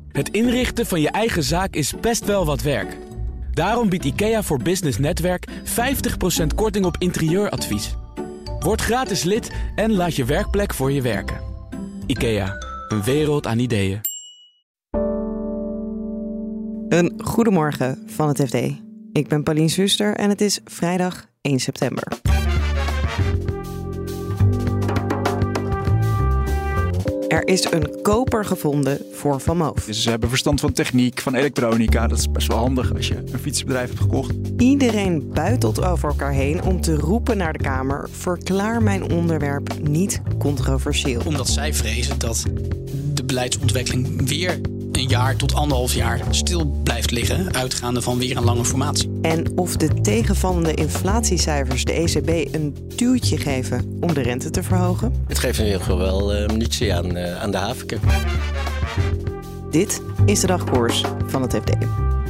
Het inrichten van je eigen zaak is best wel wat werk. Daarom biedt IKEA voor Business Netwerk 50% korting op interieuradvies. Word gratis lid en laat je werkplek voor je werken. IKEA, een wereld aan ideeën. Een goedemorgen van het FD. Ik ben Paulien Zuster en het is vrijdag 1 september. Er is een koper gevonden voor Van Moof. Dus ze hebben verstand van techniek, van elektronica. Dat is best wel handig als je een fietsbedrijf hebt gekocht. Iedereen buitelt over elkaar heen om te roepen naar de Kamer: verklaar mijn onderwerp niet controversieel. Omdat zij vrezen dat de beleidsontwikkeling weer een jaar tot 1,5 jaar stil blijft liggen, uitgaande van weer een lange formatie. En of de tegenvallende inflatiecijfers de ECB een duwtje geven om de rente te verhogen? Het geeft in ieder geval wel munitie aan de havenke. Dit is de dagkoers van het FD.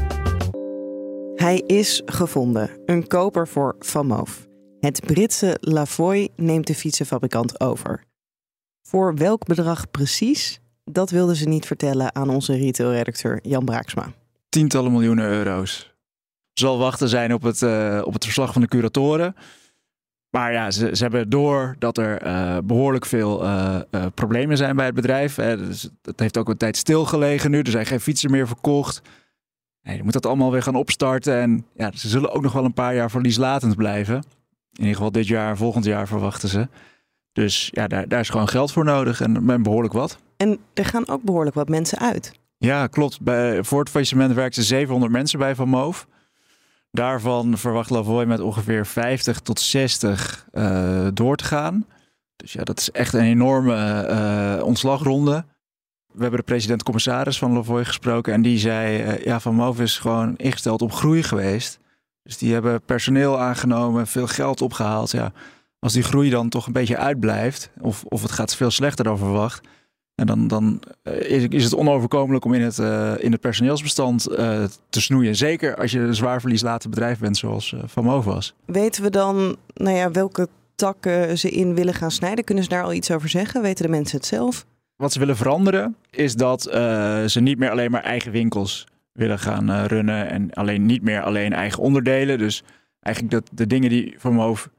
Hij is gevonden, een koper voor Van Moof. Het Britse Lavoie neemt de fietsenfabrikant over. Voor welk bedrag precies? Dat wilden ze niet vertellen aan onze retailredacteur Jan Braaksma. Tientallen miljoenen euro's. Zal wachten zijn op het verslag van de curatoren. Maar ja, ze hebben door dat er behoorlijk veel problemen zijn bij het bedrijf. Dus het heeft ook een tijd stilgelegen nu. Er zijn geen fietsen meer verkocht. Je moet dat allemaal weer gaan opstarten. En ja, ze zullen ook nog wel een paar jaar verlieslatend blijven. In ieder geval dit jaar en volgend jaar verwachten ze. Dus ja, daar is gewoon geld voor nodig en behoorlijk wat. En er gaan ook behoorlijk wat mensen uit. Ja, klopt. Voor het faillissement werkten 700 mensen bij Van Moof. Daarvan verwacht Lavoie met ongeveer 50 tot 60 door te gaan. Dus ja, dat is echt een enorme ontslagronde. We hebben de president-commissaris van Lavoie gesproken en die zei: Van Moof is gewoon ingesteld op groei geweest. Dus die hebben personeel aangenomen, veel geld opgehaald. Ja, als die groei dan toch een beetje uitblijft, of het gaat veel slechter dan verwacht, en dan is het onoverkomelijk om in het personeelsbestand te snoeien. Zeker als je een zwaar verlieslatend bedrijf bent zoals Van Moof was. Weten we dan welke takken ze in willen gaan snijden? Kunnen ze daar al iets over zeggen? Weten de mensen het zelf? Wat ze willen veranderen is dat ze niet meer alleen maar eigen winkels willen gaan runnen en niet meer alleen eigen onderdelen. Dus eigenlijk de dingen die Van Moof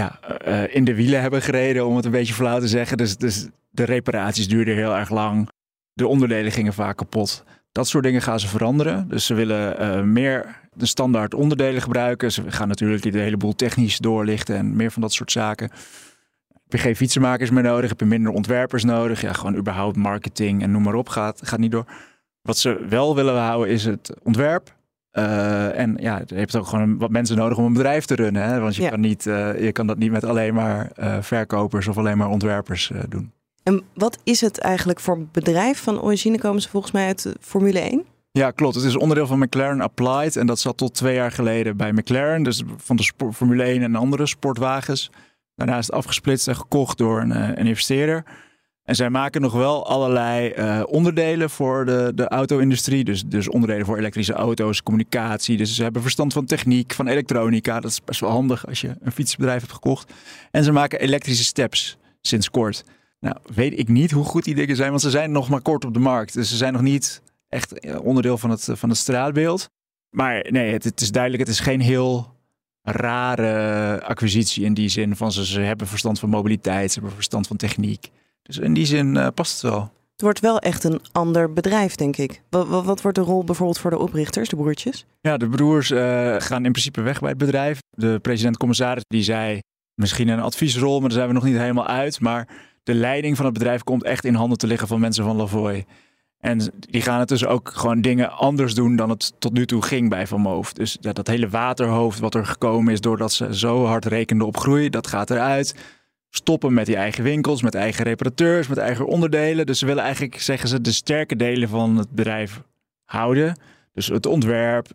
in de wielen hebben gereden, om het een beetje flauw te zeggen. Dus de reparaties duurden heel erg lang. De onderdelen gingen vaak kapot. Dat soort dingen gaan ze veranderen. Dus ze willen meer de standaard onderdelen gebruiken. Ze gaan natuurlijk de hele boel technisch doorlichten en meer van dat soort zaken. Heb je geen fietsenmakers meer nodig, heb je minder ontwerpers nodig. Ja, gewoon überhaupt marketing en noem maar op, gaat niet door. Wat ze wel willen houden is het ontwerp. En ja, je hebt ook gewoon wat mensen nodig om een bedrijf te runnen. Hè? Want je kan dat niet met alleen maar verkopers of alleen maar ontwerpers doen. En wat is het eigenlijk voor bedrijf? Van origine komen ze volgens mij uit Formule 1? Ja, klopt. Het is onderdeel van McLaren Applied. En dat zat tot 2 jaar geleden bij McLaren. Dus van de Formule 1 en andere sportwagens. Daarna is het afgesplitst en gekocht door een investeerder. En zij maken nog wel allerlei onderdelen voor de auto-industrie. Dus onderdelen voor elektrische auto's, communicatie. Dus ze hebben verstand van techniek, van elektronica. Dat is best wel handig als je een fietsbedrijf hebt gekocht. En ze maken elektrische steps sinds kort. Nou, weet ik niet hoe goed die dingen zijn, want ze zijn nog maar kort op de markt. Dus ze zijn nog niet echt onderdeel van het straatbeeld. Maar nee, het is duidelijk, het is geen heel rare acquisitie in die zin van ze hebben verstand van mobiliteit, ze hebben verstand van techniek. Dus in die zin past het wel. Het wordt wel echt een ander bedrijf, denk ik. Wat wordt de rol bijvoorbeeld voor de oprichters, de broertjes? Ja, de broers gaan in principe weg bij het bedrijf. De president-commissaris die zei misschien een adviesrol, maar daar zijn we nog niet helemaal uit. Maar de leiding van het bedrijf komt echt in handen te liggen van mensen van Lavoie. En die gaan het dus ook gewoon dingen anders doen dan het tot nu toe ging bij Van Moof. Dus dat hele waterhoofd wat er gekomen is doordat ze zo hard rekenden op groei, dat gaat eruit. Stoppen met die eigen winkels, met eigen reparateurs, met eigen onderdelen. Dus ze willen eigenlijk, zeggen ze, de sterke delen van het bedrijf houden. Dus het ontwerp,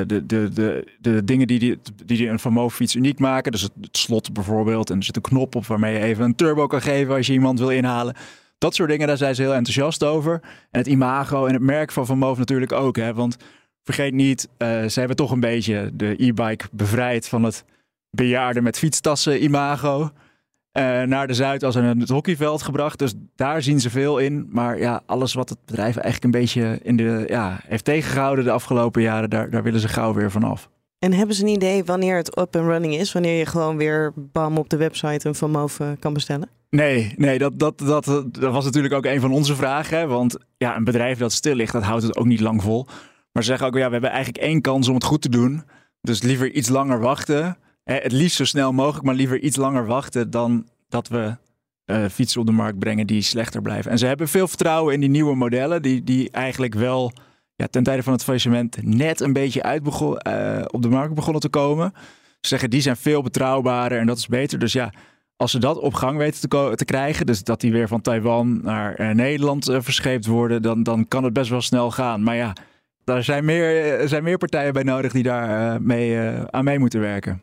de dingen die een Van Moof fiets uniek maken. Dus het slot bijvoorbeeld. En er zit een knop op waarmee je even een turbo kan geven als je iemand wil inhalen. Dat soort dingen, daar zijn ze heel enthousiast over. En het imago en het merk van Moof natuurlijk ook. Hè? Want vergeet niet, ze hebben toch een beetje de e-bike bevrijd van het bejaarden met fietstassen imago. naar de Zuidas en het hockeyveld gebracht. Dus daar zien ze veel in. Maar ja, alles wat het bedrijf eigenlijk een beetje heeft tegengehouden de afgelopen jaren, daar willen ze gauw weer vanaf. En hebben ze een idee wanneer het up and running is? Wanneer je gewoon weer bam op de website een Van Moof kan bestellen? Nee, dat was natuurlijk ook een van onze vragen. Hè? Want ja, een bedrijf dat stil ligt, dat houdt het ook niet lang vol. Maar ze zeggen ook, we hebben eigenlijk 1 kans om het goed te doen. Dus liever iets langer wachten. Het liefst zo snel mogelijk, maar liever iets langer wachten dan dat we fietsen op de markt brengen die slechter blijven. En ze hebben veel vertrouwen in die nieuwe modellen die eigenlijk wel ten tijde van het faillissement net een beetje op de markt begonnen te komen. Ze zeggen, die zijn veel betrouwbaarder en dat is beter. Dus ja, als ze dat op gang weten te krijgen, dus dat die weer van Taiwan naar Nederland verscheept worden, dan kan het best wel snel gaan. Maar ja, er zijn meer partijen bij nodig die daar aan mee moeten werken.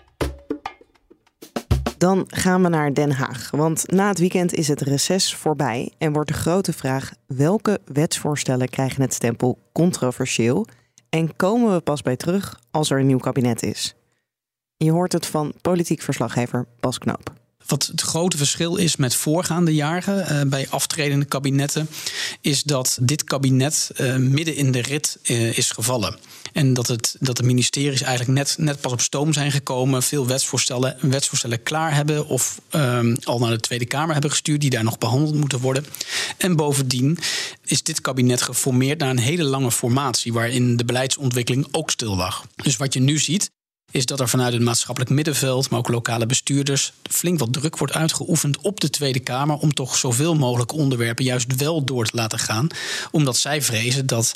Dan gaan we naar Den Haag. Want na het weekend is het reces voorbij en wordt de grote vraag: welke wetsvoorstellen krijgen het stempel controversieel? En komen we pas bij terug als er een nieuw kabinet is? Je hoort het van politiek verslaggever Bas Knoop. Wat het grote verschil is met voorgaande jaren bij aftredende kabinetten, is dat dit kabinet midden in de rit is gevallen. En dat de ministeries eigenlijk net pas op stoom zijn gekomen, veel wetsvoorstellen klaar hebben of al naar de Tweede Kamer hebben gestuurd die daar nog behandeld moeten worden. En bovendien is dit kabinet geformeerd na een hele lange formatie waarin de beleidsontwikkeling ook stil lag. Dus wat je nu ziet, is dat er vanuit het maatschappelijk middenveld, maar ook lokale bestuurders, flink wat druk wordt uitgeoefend op de Tweede Kamer om toch zoveel mogelijk onderwerpen juist wel door te laten gaan. Omdat zij vrezen dat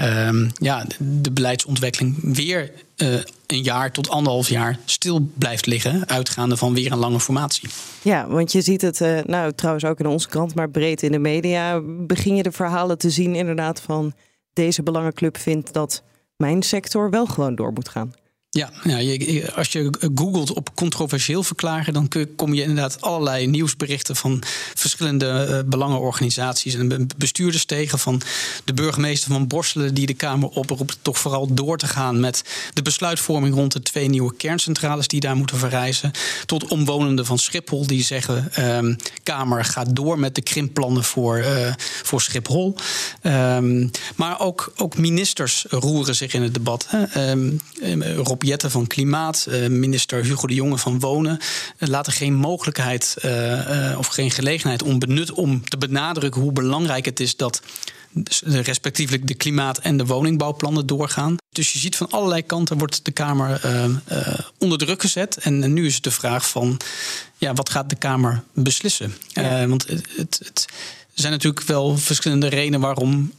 de beleidsontwikkeling weer een jaar tot 1,5 jaar stil blijft liggen, uitgaande van weer een lange formatie. Ja, want je ziet het trouwens ook in onze krant, maar breed in de media begin je de verhalen te zien inderdaad van deze belangenclub vindt dat mijn sector wel gewoon door moet gaan. Ja, als je googelt op controversieel verklaren, dan kom je inderdaad allerlei nieuwsberichten van verschillende belangenorganisaties en bestuurders tegen. Van de burgemeester van Borselen die de Kamer oproept toch vooral door te gaan met de besluitvorming rond de 2 nieuwe kerncentrales die daar moeten verrijzen. Tot omwonenden van Schiphol die zeggen Kamer gaat door met de krimpplannen voor Schiphol. Maar ook ministers roeren zich in het debat. Rob Jette van Klimaat, minister Hugo de Jonge van Wonen laten geen mogelijkheid of geen gelegenheid benut om te benadrukken hoe belangrijk het is dat respectievelijk de klimaat- en de woningbouwplannen doorgaan. Dus je ziet van allerlei kanten wordt de Kamer onder druk gezet. En nu is het de vraag van wat gaat de Kamer beslissen? Want er zijn natuurlijk wel verschillende redenen waarom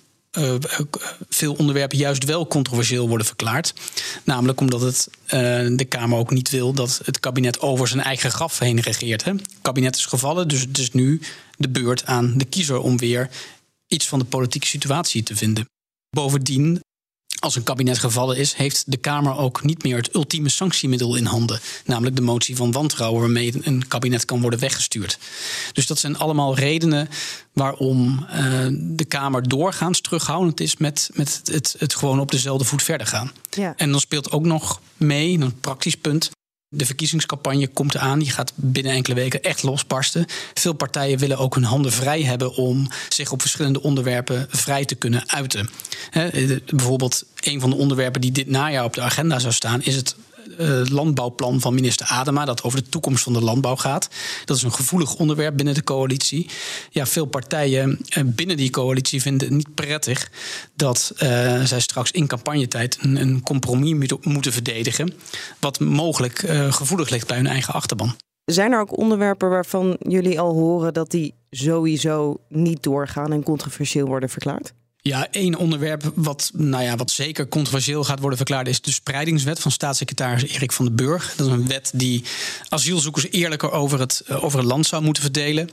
veel onderwerpen juist wel controversieel worden verklaard. Namelijk omdat de Kamer ook niet wil dat het kabinet over zijn eigen graf heen regeert. Het kabinet is gevallen, dus het is nu de beurt aan de kiezer om weer iets van de politieke situatie te vinden. Bovendien, als een kabinet gevallen is, heeft de Kamer ook niet meer het ultieme sanctiemiddel in handen. Namelijk de motie van wantrouwen waarmee een kabinet kan worden weggestuurd. Dus dat zijn allemaal redenen waarom de Kamer doorgaans terughoudend is met het gewoon op dezelfde voet verder gaan. Ja. En dan speelt ook nog mee, een praktisch punt. De verkiezingscampagne komt eraan, die gaat binnen enkele weken echt losbarsten. Veel partijen willen ook hun handen vrij hebben om zich op verschillende onderwerpen vrij te kunnen uiten. Bijvoorbeeld een van de onderwerpen die dit najaar op de agenda zou staan is het landbouwplan van minister Adema, dat over de toekomst van de landbouw gaat. Dat is een gevoelig onderwerp binnen de coalitie. Ja, veel partijen binnen die coalitie vinden het niet prettig dat zij straks in campagnetijd een compromis moeten verdedigen, wat mogelijk gevoelig ligt bij hun eigen achterban. Zijn er ook onderwerpen waarvan jullie al horen dat die sowieso niet doorgaan en controversieel worden verklaard? Ja, één onderwerp wat zeker controversieel gaat worden verklaard is de spreidingswet van staatssecretaris Erik van den Burg. Dat is een wet die asielzoekers eerlijker over het land zou moeten verdelen.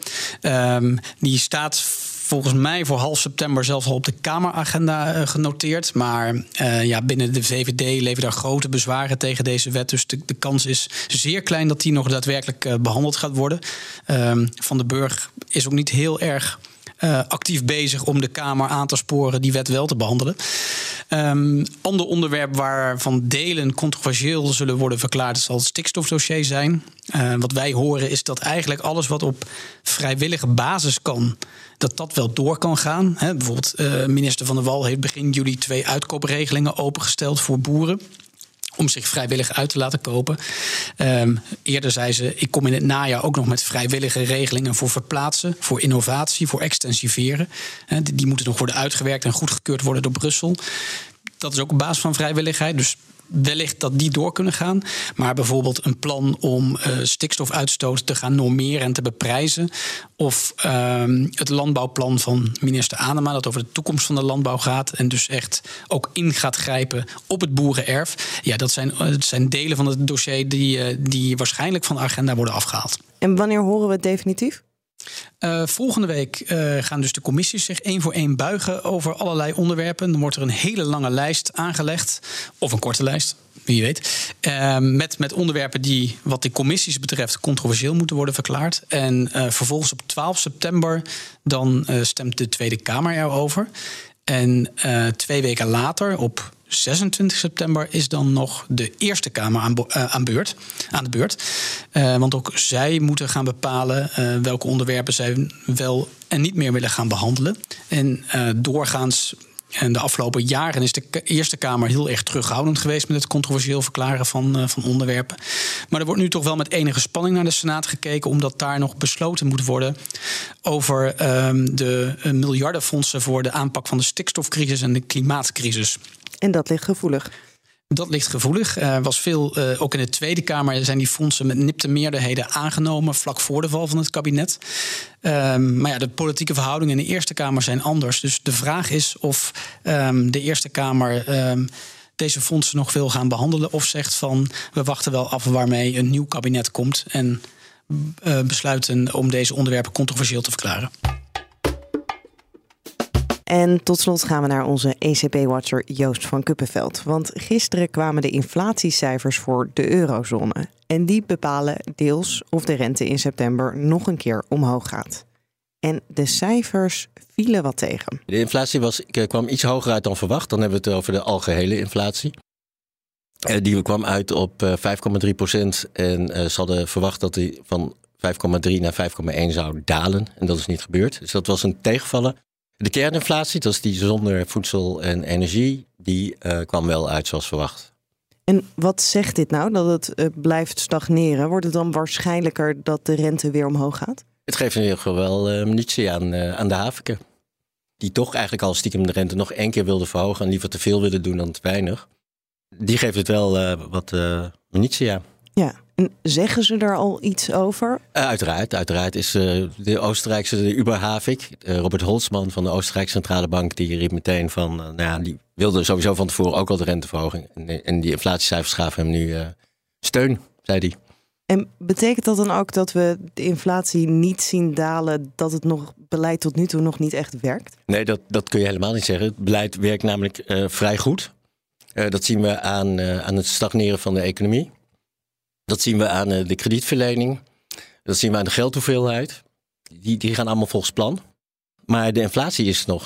Die staat volgens mij voor half september zelfs al op de Kameragenda genoteerd. Maar binnen de VVD leven daar grote bezwaren tegen deze wet. Dus de kans is zeer klein dat die nog daadwerkelijk behandeld gaat worden. Van den Burg is ook niet heel erg actief bezig om de Kamer aan te sporen die wet wel te behandelen. Ander onderwerp waarvan delen controversieel zullen worden verklaard zal het stikstofdossier zijn. Wat wij horen is dat eigenlijk alles wat op vrijwillige basis kan, dat wel door kan gaan. Bijvoorbeeld minister Van der Wal heeft begin juli 2 uitkoopregelingen opengesteld voor boeren om zich vrijwillig uit te laten kopen. Eerder zei ze, ik kom in het najaar ook nog met vrijwillige regelingen voor verplaatsen, voor innovatie, voor extensiveren. Die moeten nog worden uitgewerkt en goedgekeurd worden door Brussel. Dat is ook op basis van vrijwilligheid, dus wellicht dat die door kunnen gaan. Maar bijvoorbeeld een plan om stikstofuitstoot te gaan normeren en te beprijzen. Of het landbouwplan van minister Adema, dat over de toekomst van de landbouw gaat en dus echt ook in gaat grijpen op het boerenerf. Ja, dat zijn delen van het dossier die waarschijnlijk van de agenda worden afgehaald. En wanneer horen we het definitief? Volgende week gaan dus de commissies zich 1 voor 1 buigen over allerlei onderwerpen. Dan wordt er een hele lange lijst aangelegd. Of een korte lijst, wie weet. Met onderwerpen die, wat de commissies betreft, controversieel moeten worden verklaard. En vervolgens op 12 september dan stemt de Tweede Kamer erover. En 2 weken later, op 26 september, is dan nog de Eerste Kamer aan de beurt. Want ook zij moeten gaan bepalen welke onderwerpen zij wel en niet meer willen gaan behandelen. En doorgaans, en de afgelopen jaren is de Eerste Kamer heel erg terughoudend geweest met het controversieel verklaren van onderwerpen. Maar er wordt nu toch wel met enige spanning naar de Senaat gekeken, omdat daar nog besloten moet worden over de miljardenfondsen voor de aanpak van de stikstofcrisis en de klimaatcrisis. En dat ligt gevoelig. Dat ligt gevoelig. Was veel, ook in de Tweede Kamer zijn die fondsen met nipte meerderheden aangenomen vlak voor de val van het kabinet. Maar ja, de politieke verhoudingen in de Eerste Kamer zijn anders. Dus de vraag is of de Eerste Kamer deze fondsen nog wil gaan behandelen, of zegt van we wachten wel af waarmee een nieuw kabinet komt en besluiten om deze onderwerpen controversieel te verklaren. En tot slot gaan we naar onze ECB-watcher Joost van Kuppenveld. Want gisteren kwamen de inflatiecijfers voor de eurozone. En die bepalen deels of de rente in september nog een keer omhoog gaat. En de cijfers vielen wat tegen. De inflatie kwam iets hoger uit dan verwacht. Dan hebben we het over de algehele inflatie. Die kwam uit op 5,3%. En ze hadden verwacht dat die van 5,3 naar 5,1 zou dalen. En dat is niet gebeurd. Dus dat was een tegenvaller. De kerninflatie, dat is die zonder voedsel en energie, die kwam wel uit zoals verwacht. En wat zegt dit nou, dat het blijft stagneren? Wordt het dan waarschijnlijker dat de rente weer omhoog gaat? Het geeft in ieder geval wel munitie aan de Haveke. Die toch eigenlijk al stiekem de rente nog 1 keer wilde verhogen en liever te veel wilde doen dan te weinig. Die geeft het wel wat munitie aan. Ja, en zeggen ze daar al iets over? Uiteraard is de Oostenrijkse Überhavik, Robert Holzmann van de Oostenrijkse Centrale Bank, die riep meteen van, die wilde sowieso van tevoren ook al de renteverhoging. En die inflatiecijfers gaven hem nu steun, zei hij. En betekent dat dan ook dat we de inflatie niet zien dalen, dat het beleid tot nu toe nog niet echt werkt? Nee, dat kun je helemaal niet zeggen. Het beleid werkt namelijk vrij goed. Dat zien we aan het stagneren van de economie. Dat zien we aan de kredietverlening. Dat zien we aan de geldhoeveelheid. Die gaan allemaal volgens plan. Maar de inflatie is nog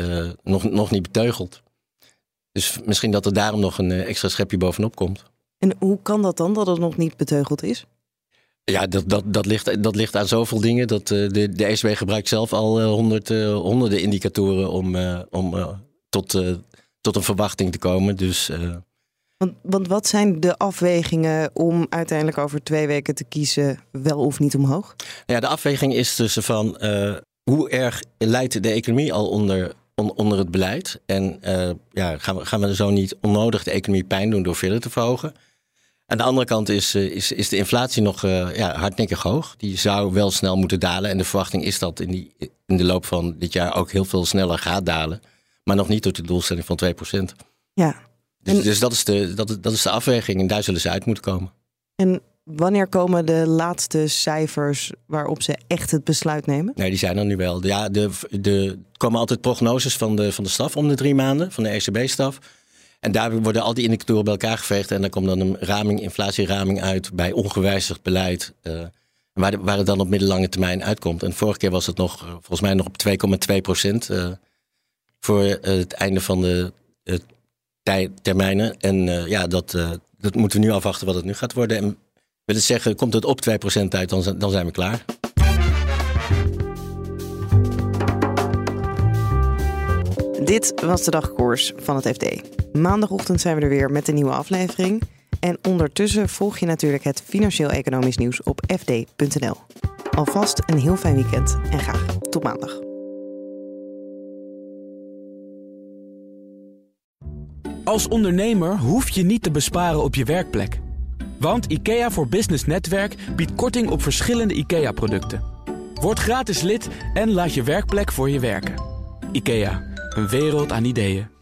niet beteugeld. Dus misschien dat er daarom nog een extra schepje bovenop komt. En hoe kan dat dan, dat het nog niet beteugeld is? Ja, dat ligt aan zoveel dingen. Dat de ECB gebruikt zelf al honderden indicatoren om tot een verwachting te komen. Dus... Want wat zijn de afwegingen om uiteindelijk over 2 weken te kiezen wel of niet omhoog? Ja, de afweging is tussen van hoe erg leidt de economie al onder het beleid. En gaan we zo niet onnodig de economie pijn doen door verder te verhogen. Aan de andere kant is de inflatie nog hardnekkig hoog. Die zou wel snel moeten dalen. En de verwachting is dat in de loop van dit jaar ook heel veel sneller gaat dalen. Maar nog niet tot de doelstelling van 2%. Ja. Dus dat is de afweging en daar zullen ze uit moeten komen. En wanneer komen de laatste cijfers waarop ze echt het besluit nemen? Nee, die zijn er nu wel. Ja, er komen altijd prognoses van de staf om de 3 maanden, van de ECB-staf. En daar worden al die indicatoren bij elkaar geveegd. En dan komt dan een inflatieraming uit bij ongewijzigd beleid. Waar het dan op middellange termijn uitkomt. En vorige keer was het nog, volgens mij nog op 2,2% voor het einde van de termijnen. En dat moeten we nu afwachten wat het nu gaat worden. En wil het zeggen, komt het op 2% uit, dan zijn we klaar. Dit was de dagkoers van het FD. Maandagochtend zijn we er weer met een nieuwe aflevering. En ondertussen volg je natuurlijk het financieel-economisch nieuws op fd.nl. Alvast een heel fijn weekend en graag tot maandag. Als ondernemer hoef je niet te besparen op je werkplek. Want IKEA voor Business Netwerk biedt korting op verschillende IKEA-producten. Word gratis lid en laat je werkplek voor je werken. IKEA, een wereld aan ideeën.